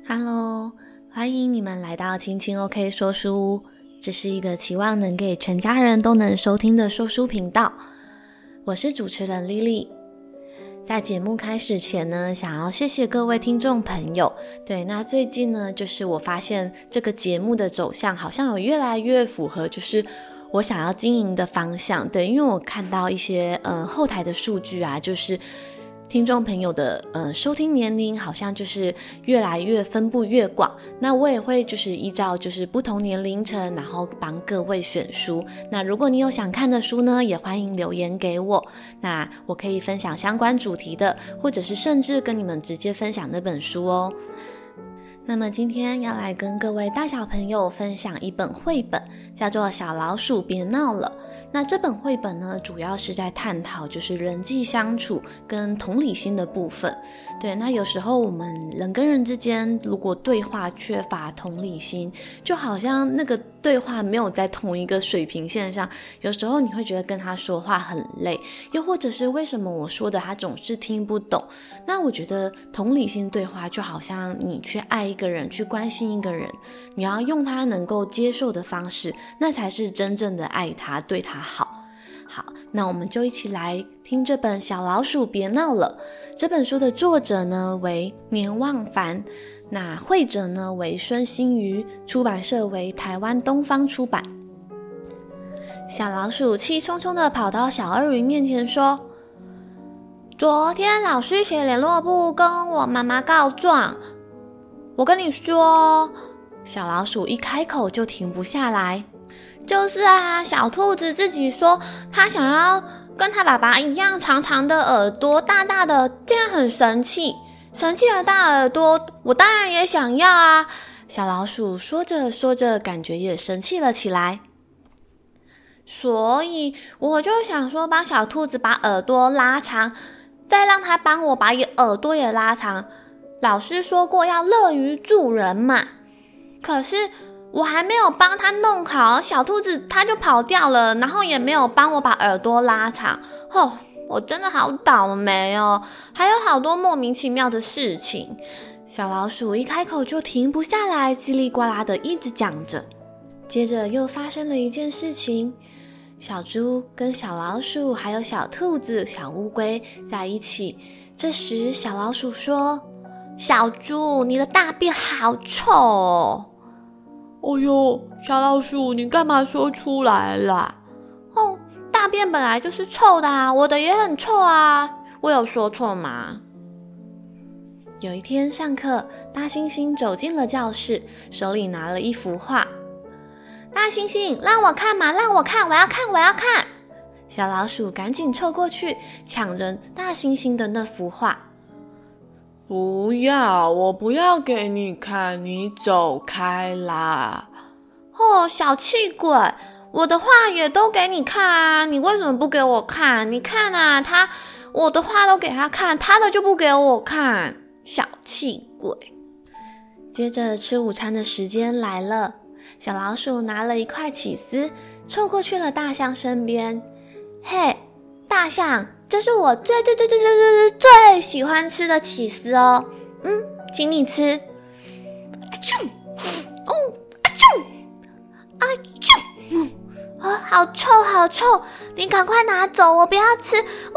Hello， 欢迎你们来到青青 OK 说书屋，这是一个期望能给全家人都能收听的说书频道。我是主持人 Lily。在节目开始前呢，想要谢谢各位听众朋友。对，那最近呢，就是我发现这个节目的走向好像有越来越符合，就是我想要经营的方向。对，因为我看到一些后台的数据啊，就是听众朋友的收听年龄好像就是越来越分布越广，那我也会就是依照就是不同年龄层，然后帮各位选书。那如果你有想看的书呢，也欢迎留言给我，那我可以分享相关主题的，或者是甚至跟你们直接分享那本书哦。那么今天要来跟各位大小朋友分享一本绘本，叫做《小老鼠别闹了》。那这本绘本呢，主要是在探讨就是人际相处跟同理心的部分。对，那有时候我们人跟人之间如果对话缺乏同理心，就好像那个对话没有在同一个水平线上，有时候你会觉得跟他说话很累，又或者是为什么我说的他总是听不懂。那我觉得同理心对话就好像你去爱一个人，去关心一个人，你要用他能够接受的方式，那才是真正的爱他，对他好。好，那我们就一起来听这本《小老鼠别闹了》。这本书的作者呢为年望凡，那绘者呢为孙欣瑜，出版社为台湾东方出版。小老鼠气冲冲地跑到小鳄鱼面前说：昨天老师写联络簿跟我妈妈告状，我跟你说，小老鼠一开口就停不下来。就是啊，小兔子自己说他想要跟他爸爸一样长长的耳朵，大大的，这样很神气。神气的大耳朵，我当然也想要啊。小老鼠说着说着，感觉也生气了起来。所以我就想说，帮小兔子把耳朵拉长，再让他帮我把耳朵也拉长。老师说过要乐于助人嘛。可是我还没有帮他弄好，小兔子他就跑掉了，然后也没有帮我把耳朵拉长。我真的好倒霉哦，还有好多莫名其妙的事情。小老鼠一开口就停不下来，叽里呱啦的一直讲着。接着又发生了一件事情，小猪跟小老鼠还有小兔子、小乌龟在一起。这时小老鼠说：小猪，你的大便好臭哦。 哦呦，小老鼠，你干嘛说出来啦？ 大便本来就是臭的啊，我的也很臭啊，我有说错吗？有一天上课，大猩猩走进了教室，手里拿了一幅画。大猩猩，让我看嘛，让我看，我要看，我要看。小老鼠赶紧凑过去，抢着大猩猩的那幅画。 不要，我不要给你看，你走开啦。 小气鬼，我的画也都给你看啊，你为什么不给我看？你看啊，我的画都给他看，他的就不给我看，小气鬼。接着吃午餐的时间来了，小老鼠拿了一块起司，凑过去了大象身边。嘿，大象，这是我最喜欢吃的起司哦，请你吃。好臭好臭，你赶快拿走，我不要吃。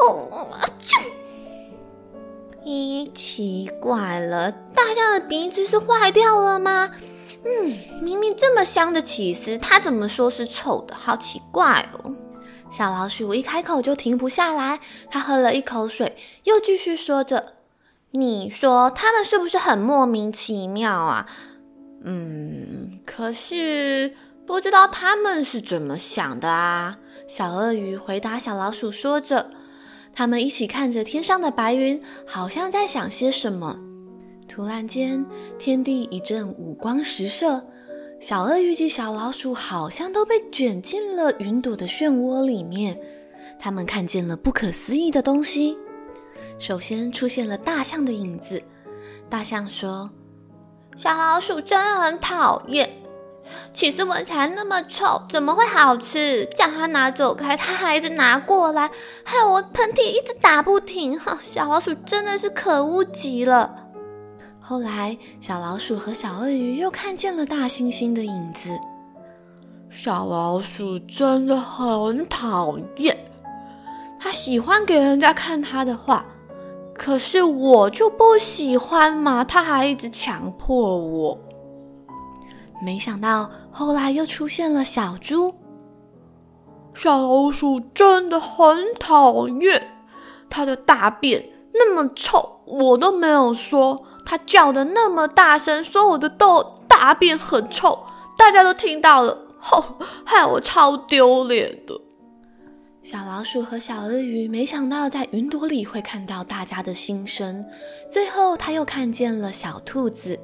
咦，奇怪了，大象的鼻子是坏掉了吗？明明这么香的起司，它怎么说是臭的？好奇怪哦。小老鼠一开口就停不下来，它喝了一口水，又继续说着：你说他们是不是很莫名其妙啊？可是不知道他们是怎么想的啊。小鳄鱼回答小老鼠说着，他们一起看着天上的白云，好像在想些什么。突然间，天地一阵五光十色，小鳄鱼及小老鼠好像都被卷进了云朵的漩涡里面。他们看见了不可思议的东西。首先出现了大象的影子。大象说：小老鼠真的很讨厌，起司闻起来那么臭，怎么会好吃？叫他拿走开，他还一直拿过来，害我喷嚏一直打不停。小老鼠真的是可恶极了。 后来小老鼠和小鳄鱼又看见了大猩猩的影子。 小老鼠真的很讨厌，他喜欢给人家看他的画，可是我就不喜欢嘛，他还一直强迫我。 没想到后来又出现了小猪。 小老鼠真的很讨厌，它的大便那么臭，我都没有说，它叫得那么大声，说我的大便很臭，大家都听到了，害我超丢脸的。 小老鼠和小鳄鱼没想到在云朵里会看到大家的心声，最后他又看见了小兔子。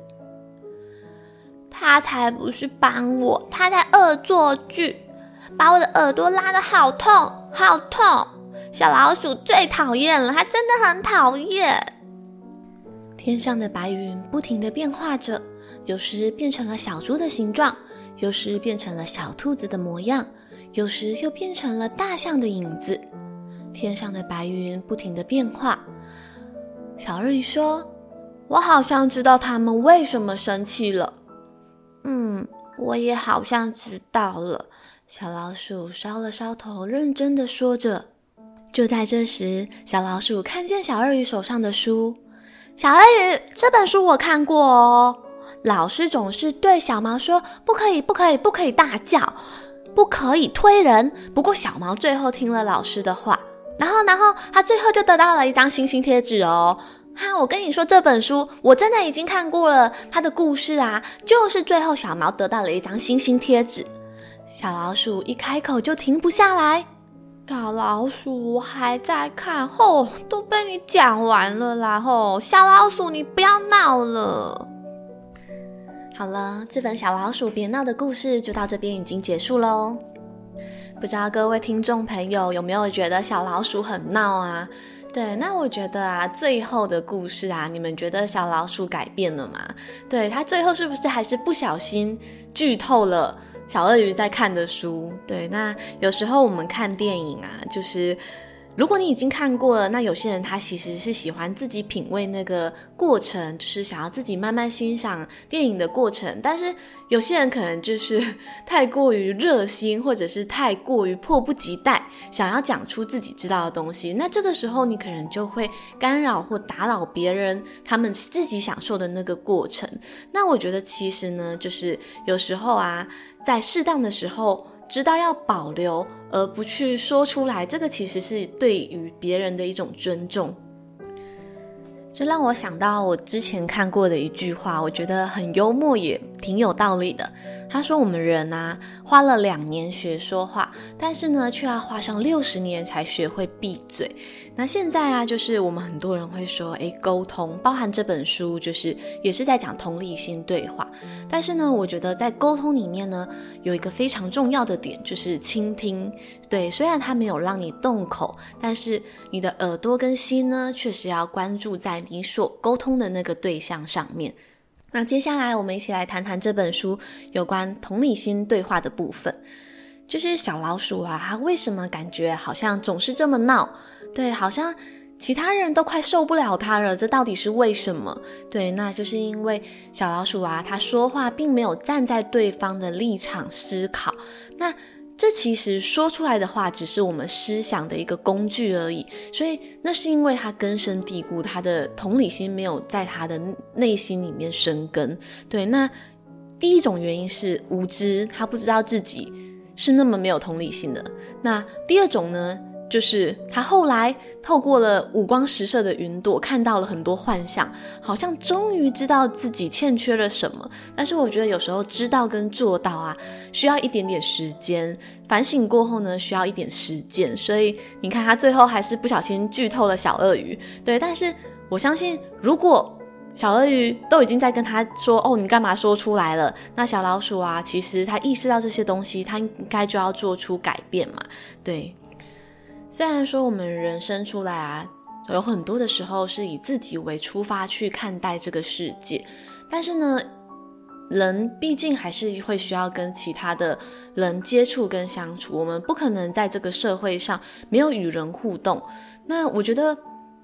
他才不是帮我，他在恶作剧，把我的耳朵拉得好痛好痛。小老鼠最讨厌了，它真的很讨厌。 天上的白云不停地变化着，有时变成了小猪的形状，有时变成了小兔子的模样，有时又变成了大象的影子。天上的白云不停地变化。小鳄鱼说：“ 我好像知道他们为什么生气了。” 我也好像知道了。 小老鼠搔了搔头，认真地说着。就在这时，小老鼠看见小鳄鱼手上的书。 小鳄鱼，这本书我看过哦。老师总是对小毛说，不可以大叫，不可以推人。不过小毛最后听了老师的话，然后他最后就得到了一张星星贴纸哦。我跟你说，这本书我真的已经看过了，它的故事啊，就是最后小毛得到了一张星星贴纸。 小老鼠一开口就停不下来。 小老鼠，我还在看，都被你讲完了啦，小老鼠你不要闹了。 好了，这本小老鼠别闹的故事就到这边已经结束咯。不知道各位听众朋友有没有觉得小老鼠很闹啊？对，那我觉得啊，最后的故事啊，你们觉得小老鼠改变了吗？对，他最后是不是还是不小心剧透了小鳄鱼在看的书？对，那有时候我们看电影啊，就是如果你已经看过了，那有些人他其实是喜欢自己品味那个过程，就是想要自己慢慢欣赏电影的过程，但是有些人可能就是太过于热心，或者是太过于迫不及待想要讲出自己知道的东西，那这个时候你可能就会干扰或打扰别人他们自己享受的那个过程。那我觉得其实呢，就是有时候啊，在适当的时候知道要保留而不去说出来，这个其实是对于别人的一种尊重。这让我想到我之前看过的一句话，我觉得很幽默也挺有道理的。他说我们人啊，花了2年学说话，但是呢却要花上60年才学会闭嘴。那现在啊，就是我们很多人会说沟通，包含这本书就是也是在讲同理心对话。但是呢，我觉得在沟通里面呢，有一个非常重要的点，就是倾听。对，虽然它没有让你动口，但是你的耳朵跟心呢，确实要关注在你所沟通的那个对象上面。那接下来我们一起来谈谈这本书有关同理心对话的部分。就是小老鼠啊，它为什么感觉好像总是这么闹？对，好像其他人都快受不了它了，这到底是为什么？对，那就是因为小老鼠啊，它说话并没有站在对方的立场思考。那这其实说出来的话只是我们思想的一个工具而已，所以那是因为他根深蒂固，他的同理心没有在他的内心里面生根。对，那第一种原因是无知，他不知道自己是那么没有同理心的。那第二种呢，就是他后来透过了五光十色的云朵，看到了很多幻象，好像终于知道自己欠缺了什么。但是我觉得有时候知道跟做到啊，需要一点点时间，反省过后呢，需要一点实践。所以你看他最后还是不小心剧透了小鳄鱼。对，但是我相信如果小鳄鱼都已经在跟他说你干嘛说出来了，那小老鼠啊，其实他意识到这些东西，他应该就要做出改变嘛。对，虽然说我们人生出来啊，有很多的时候是以自己为出发去看待这个世界，但是呢，人毕竟还是会需要跟其他的人接触跟相处，我们不可能在这个社会上没有与人互动。那我觉得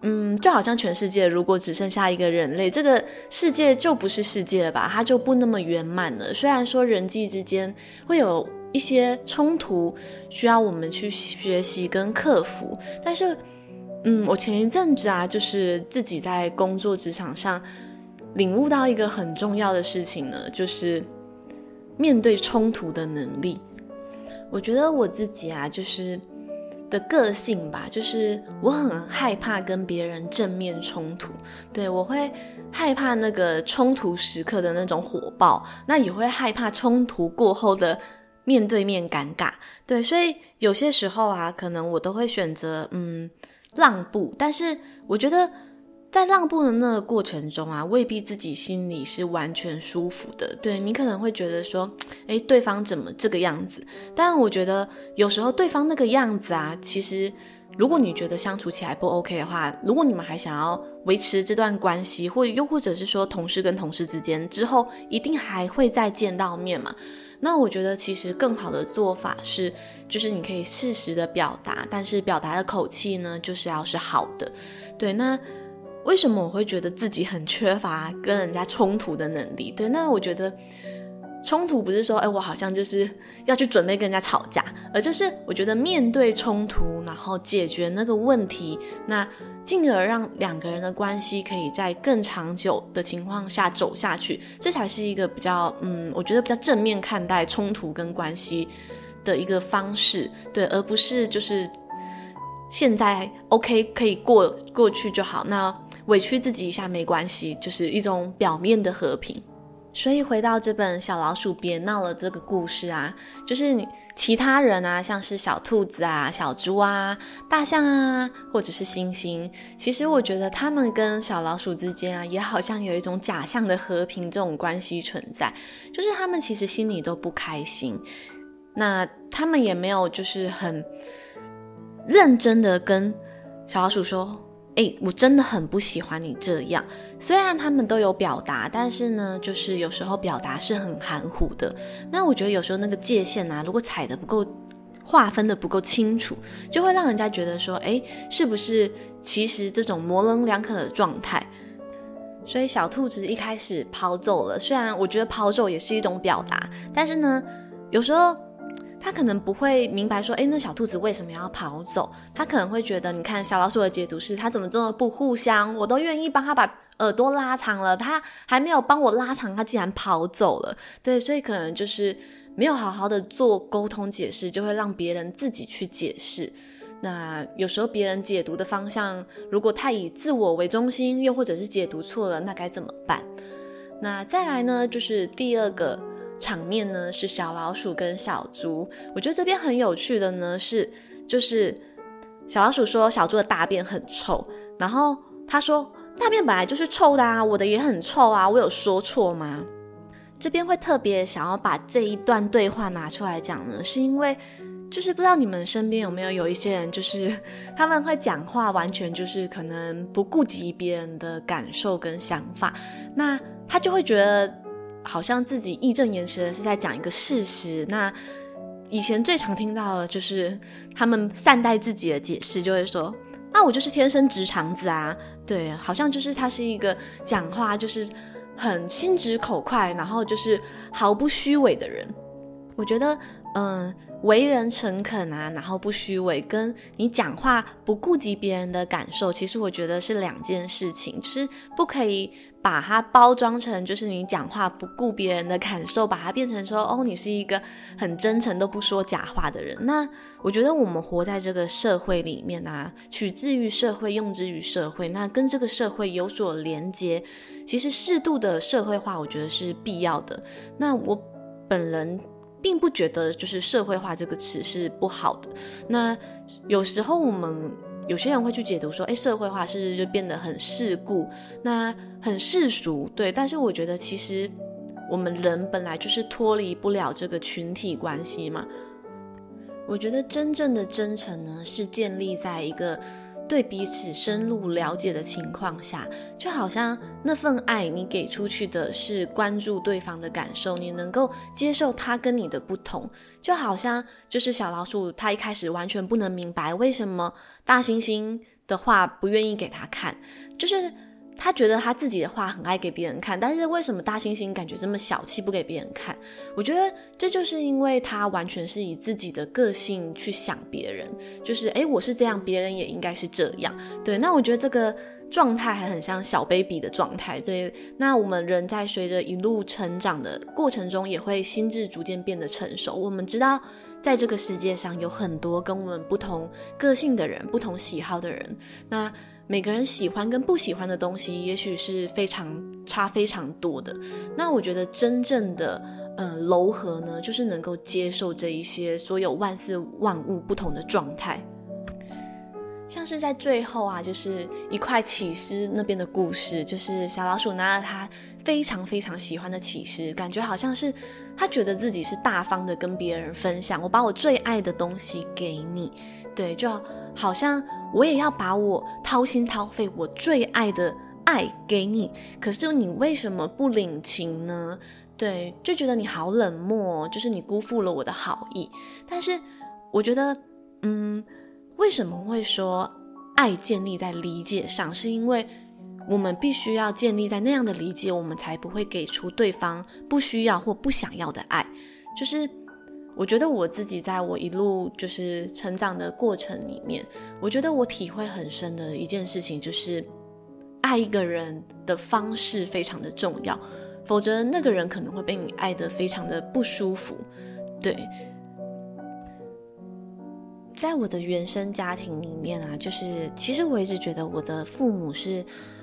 就好像全世界如果只剩下一个人类，这个世界就不是世界了吧，它就不那么圆满了。虽然说人际之间会有一些冲突需要我们去学习跟克服，但是我前一阵子啊，就是自己在工作职场上领悟到一个很重要的事情呢，就是面对冲突的能力。我觉得我自己啊，就是的个性吧，就是我很害怕跟别人正面冲突，对，我会害怕那个冲突时刻的那种火爆，那也会害怕冲突过后的面对面尴尬，对，所以有些时候啊，可能我都会选择让步，但是我觉得在让步的那个过程中啊，未必自己心里是完全舒服的。对，你可能会觉得说，对方怎么这个样子？但我觉得有时候对方那个样子啊，其实如果你觉得相处起来不 OK 的话，如果你们还想要维持这段关系，又或者是说同事跟同事之间之后一定还会再见到面嘛，那我觉得其实更好的做法是，就是你可以适时的表达，但是表达的口气呢，就是要是好的。对，那为什么我会觉得自己很缺乏跟人家冲突的能力？对，那我觉得冲突不是说我好像就是要去准备跟人家吵架，而就是我觉得面对冲突，然后解决那个问题，那进而让两个人的关系可以在更长久的情况下走下去，这才是一个比较我觉得比较正面看待冲突跟关系的一个方式。对，而不是就是现在 OK 可以过去就好，那委屈自己一下没关系，就是一种表面的和平。所以回到这本小老鼠别闹了这个故事啊，就是其他人啊，像是小兔子啊、小猪啊、大象啊，或者是猩猩，其实我觉得他们跟小老鼠之间啊，也好像有一种假象的和平这种关系存在，就是他们其实心里都不开心，那他们也没有就是很认真的跟小老鼠说我真的很不喜欢你这样。虽然他们都有表达，但是呢，就是有时候表达是很含糊的。那我觉得有时候那个界限啊，如果踩得不够，划分的不够清楚，就会让人家觉得说，是不是其实这种模棱两可的状态。所以小兔子一开始跑走了，虽然我觉得跑走也是一种表达，但是呢，有时候他可能不会明白说，那小兔子为什么要跑走？他可能会觉得，你看小老鼠的解读是，他怎么这么不互相？我都愿意帮他把耳朵拉长了，他还没有帮我拉长，他竟然跑走了。对，所以可能就是没有好好的做沟通解释，就会让别人自己去解释。那有时候别人解读的方向，如果太以自我为中心，又或者是解读错了，那该怎么办？那再来呢，就是第二个场面呢，是小老鼠跟小猪。我觉得这边很有趣的呢就是小老鼠说小猪的大便很臭，然后他说大便本来就是臭的啊，我的也很臭啊，我有说错吗？这边会特别想要把这一段对话拿出来讲呢，是因为就是不知道你们身边有没有一些人，就是他们会讲话完全就是可能不顾及别人的感受跟想法，那他就会觉得好像自己义正言辞的是在讲一个事实。那以前最常听到的就是他们善待自己的解释，就会说我就是天生直肠子啊，对，好像就是他是一个讲话就是很心直口快，然后就是毫不虚伪的人。我觉得为人诚恳啊，然后不虚伪，跟你讲话不顾及别人的感受，其实我觉得是两件事情，就是不可以把它包装成就是你讲话不顾别人的感受，把它变成说你是一个很真诚都不说假话的人。那我觉得我们活在这个社会里面啊，取之于社会，用之于社会，那跟这个社会有所连接，其实适度的社会化我觉得是必要的。那我本人并不觉得就是社会化这个词是不好的。那有时候我们有些人会去解读说社会化是就变得很世故，那很世俗，对，但是我觉得其实我们人本来就是脱离不了这个群体关系嘛。我觉得真正的真诚呢，是建立在一个对彼此深入了解的情况下，就好像那份爱你给出去的是关注对方的感受，你能够接受他跟你的不同，就好像就是小老鼠他一开始完全不能明白为什么大猩猩的话不愿意给他看，就是他觉得他自己的话很爱给别人看，但是为什么大猩猩感觉这么小气不给别人看？我觉得这就是因为他完全是以自己的个性去想别人，就是我是这样，别人也应该是这样。对，那我觉得这个状态还很像小 baby 的状态。对，那我们人在随着一路成长的过程中，也会心智逐渐变得成熟。我们知道在这个世界上有很多跟我们不同个性的人，不同喜好的人，那每个人喜欢跟不喜欢的东西也许是差非常多的。那我觉得真正的柔和呢，就是能够接受这一些所有万事万物不同的状态。像是在最后啊，就是一块起司那边的故事，就是小老鼠拿了他非常非常喜欢的起司，感觉好像是他觉得自己是大方的跟别人分享，我把我最爱的东西给你，对，就好像我也要把我掏心掏肺我最爱的爱给你，可是你为什么不领情呢？对，就觉得你好冷漠，就是你辜负了我的好意。但是我觉得为什么会说爱建立在理解上，是因为我们必须要建立在那样的理解，我们才不会给出对方不需要或不想要的爱。就是我觉得我自己在我一路就是成长的过程里面，我觉得我体会很深的一件事情，就是爱一个人的方式非常的重要，否则那个人可能会被你爱得非常的不舒服。对，在我的原生家庭里面啊，就是其实我一直觉得我的父母是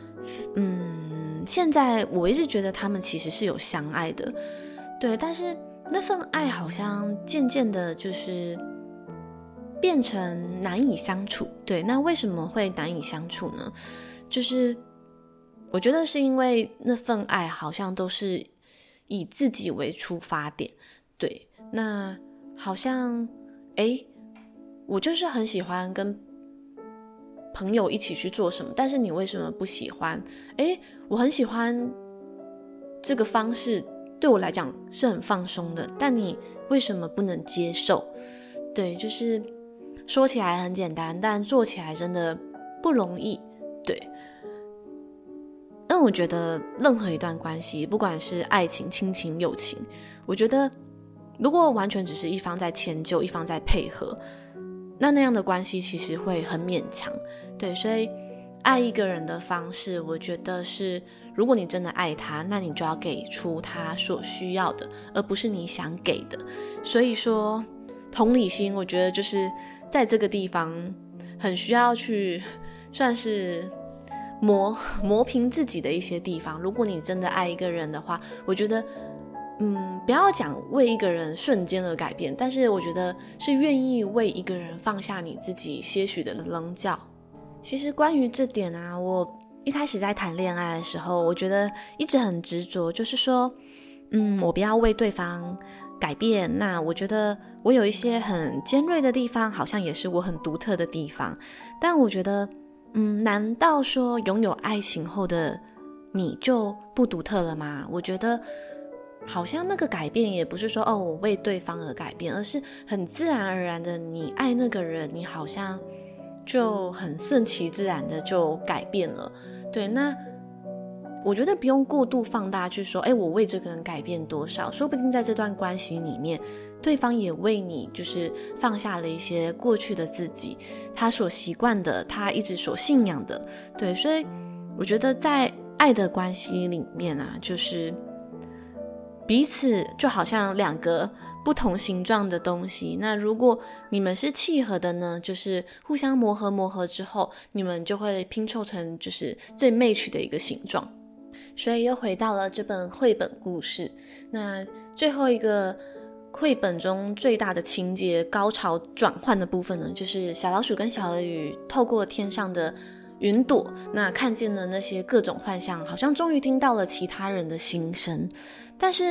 现在我一直觉得他们其实是有相爱的，对，但是那份爱好像渐渐的就是变成难以相处。对，那为什么会难以相处呢？就是我觉得是因为那份爱好像都是以自己为出发点。对，那好像我就是很喜欢跟朋友一起去做什么，但是你为什么不喜欢？我很喜欢这个方式，对我来讲是很放松的，但你为什么不能接受？对，就是说起来很简单，但做起来真的不容易。对，我觉得任何一段关系，不管是爱情、亲情、友情，我觉得如果完全只是一方在迁就，一方在配合，那样的关系其实会很勉强。对，所以爱一个人的方式，我觉得是如果你真的爱他，那你就要给出他所需要的，而不是你想给的。所以说同理心，我觉得就是在这个地方很需要去算是磨平自己的一些地方。如果你真的爱一个人的话，我觉得不要讲为一个人瞬间而改变，但是我觉得是愿意为一个人放下你自己些许的棱角。其实关于这点啊，我一开始在谈恋爱的时候，我觉得一直很执着，就是说我不要为对方改变。那我觉得我有一些很尖锐的地方，好像也是我很独特的地方，但我觉得难道说拥有爱情后的你就不独特了吗？我觉得好像那个改变也不是说我为对方而改变，而是很自然而然的，你爱那个人，你好像就很顺其自然的就改变了。对，那我觉得不用过度放大去说我为这个人改变多少，说不定在这段关系里面，对方也为你就是放下了一些过去的自己，他所习惯的，他一直所信仰的。对，所以我觉得在爱的关系里面啊，就是彼此就好像两个不同形状的东西，那如果你们是契合的呢，就是互相磨合之后，你们就会拼凑成就是最 match 的一个形状。所以又回到了这本绘本故事，那最后一个绘本中最大的情节高潮转换的部分呢，就是小老鼠跟小鳄鱼透过天上的云朵，那看见了那些各种幻象，好像终于听到了其他人的心声。但是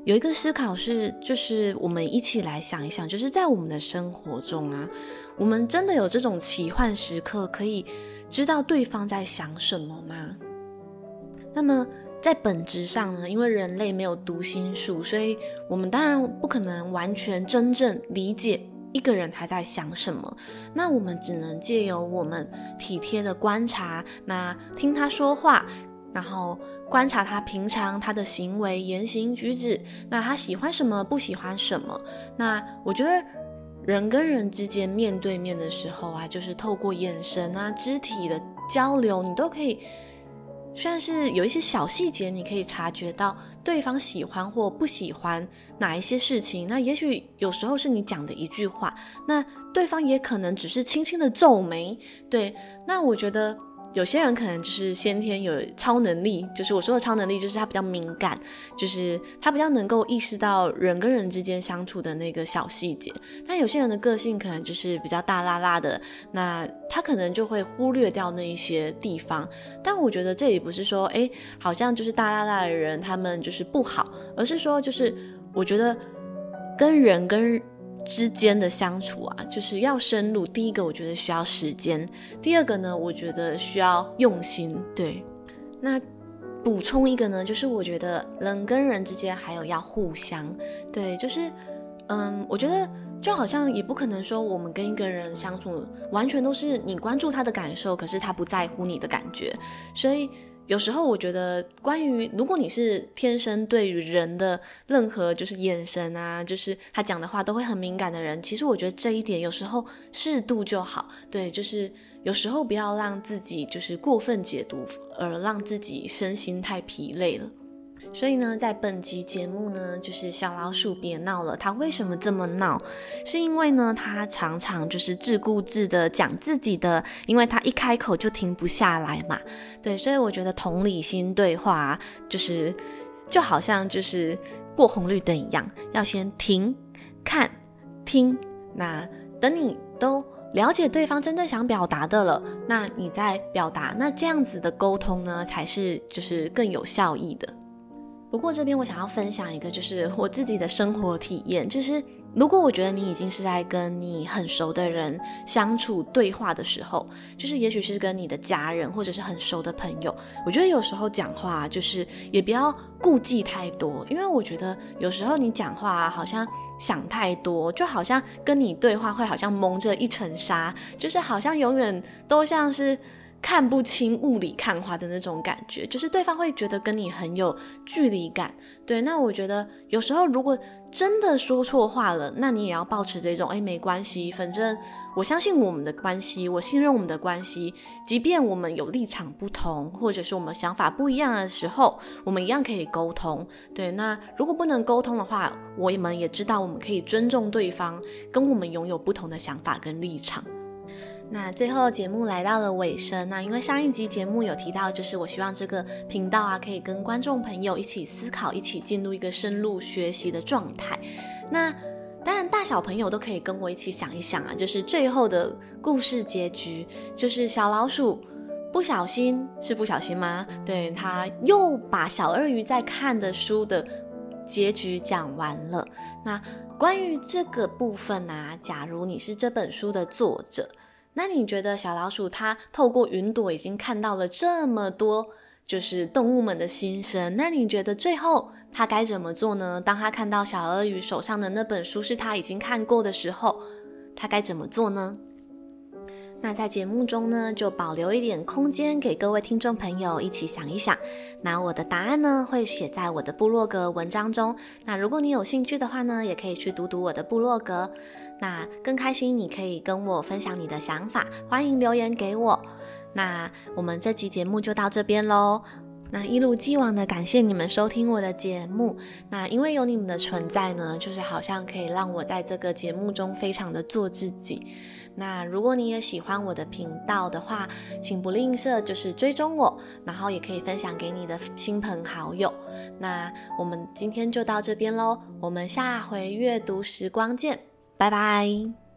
有一个思考是，就是我们一起来想一想，就是在我们的生活中啊，我们真的有这种奇幻时刻可以知道对方在想什么吗？那么在本质上呢，因为人类没有读心术，所以我们当然不可能完全真正理解一个人他在想什么，那我们只能借由我们体贴的观察，那听他说话，然后观察他平常他的行为言行举止，那他喜欢什么不喜欢什么。那我觉得人跟人之间面对面的时候啊，就是透过眼神啊肢体的交流，你都可以算是有一些小细节你可以察觉到对方喜欢或不喜欢哪一些事情。那也许有时候是你讲的一句话，那对方也可能只是轻轻的皱眉。对，那我觉得有些人可能就是先天有超能力，就是我说的超能力就是他比较敏感，就是他比较能够意识到人跟人之间相处的那个小细节。但有些人的个性可能就是比较大剌剌的，那他可能就会忽略掉那一些地方。但我觉得这也不是说好像就是大剌剌的人他们就是不好，而是说就是我觉得跟人之间的相处啊，就是要深入。第一个我觉得需要时间，第二个呢我觉得需要用心。对，那补充一个呢，就是我觉得人跟人之间还有要互相。对，就是我觉得就好像也不可能说我们跟一个人相处完全都是你关注他的感受，可是他不在乎你的感觉。所以有时候我觉得关于如果你是天生对于人的任何就是眼神啊，就是他讲的话都会很敏感的人，其实我觉得这一点有时候适度就好。对，就是有时候不要让自己就是过分解读，而让自己身心太疲累了。所以呢，在本集节目呢，就是小老鼠别闹了。他为什么这么闹？是因为呢，他常常就是自顾自的讲自己的，因为他一开口就停不下来嘛。对，所以我觉得同理心对话就好像就是过红绿灯一样，要先停、看、听，那等你都了解对方真正想表达的了，那你再表达，那这样子的沟通呢，才是就是更有效益的。不过这边我想要分享一个就是我自己的生活体验，就是如果我觉得你已经是在跟你很熟的人相处对话的时候，就是也许是跟你的家人或者是很熟的朋友，我觉得有时候讲话就是也不要顾忌太多。因为我觉得有时候你讲话好像想太多，就好像跟你对话会好像蒙着一层纱，就是好像永远都像是看不清雾里看花的那种感觉，就是对方会觉得跟你很有距离感。对，那我觉得有时候如果真的说错话了，那你也要保持这种没关系，反正我相信我们的关系，我信任我们的关系，即便我们有立场不同，或者是我们想法不一样的时候，我们一样可以沟通。对，那如果不能沟通的话，我们也知道我们可以尊重对方跟我们拥有不同的想法跟立场。那最后节目来到了尾声，那因为上一集节目有提到，就是我希望这个频道啊可以跟观众朋友一起思考，一起进入一个深入学习的状态。那当然大小朋友都可以跟我一起想一想啊，就是最后的故事结局，就是小老鼠不小心，是不小心吗？对，他又把小鳄鱼在看的书的结局讲完了。那关于这个部分啊，假如你是这本书的作者，那你觉得小老鼠它透过云朵已经看到了这么多就是动物们的心声，那你觉得最后它该怎么做呢？当它看到小鳄鱼手上的那本书是它已经看过的时候，它该怎么做呢？那在节目中呢，就保留一点空间给各位听众朋友一起想一想。那我的答案呢，会写在我的部落格文章中。那如果你有兴趣的话呢，也可以去读读我的部落格。那更开心，你可以跟我分享你的想法，欢迎留言给我。那我们这期节目就到这边咯。那一如既往的感谢你们收听我的节目，那因为有你们的存在呢，就是好像可以让我在这个节目中非常的做自己。那如果你也喜欢我的频道的话，请不吝啬就是追踪我，然后也可以分享给你的亲朋好友。那我们今天就到这边咯，我们下回阅读时光见，拜拜。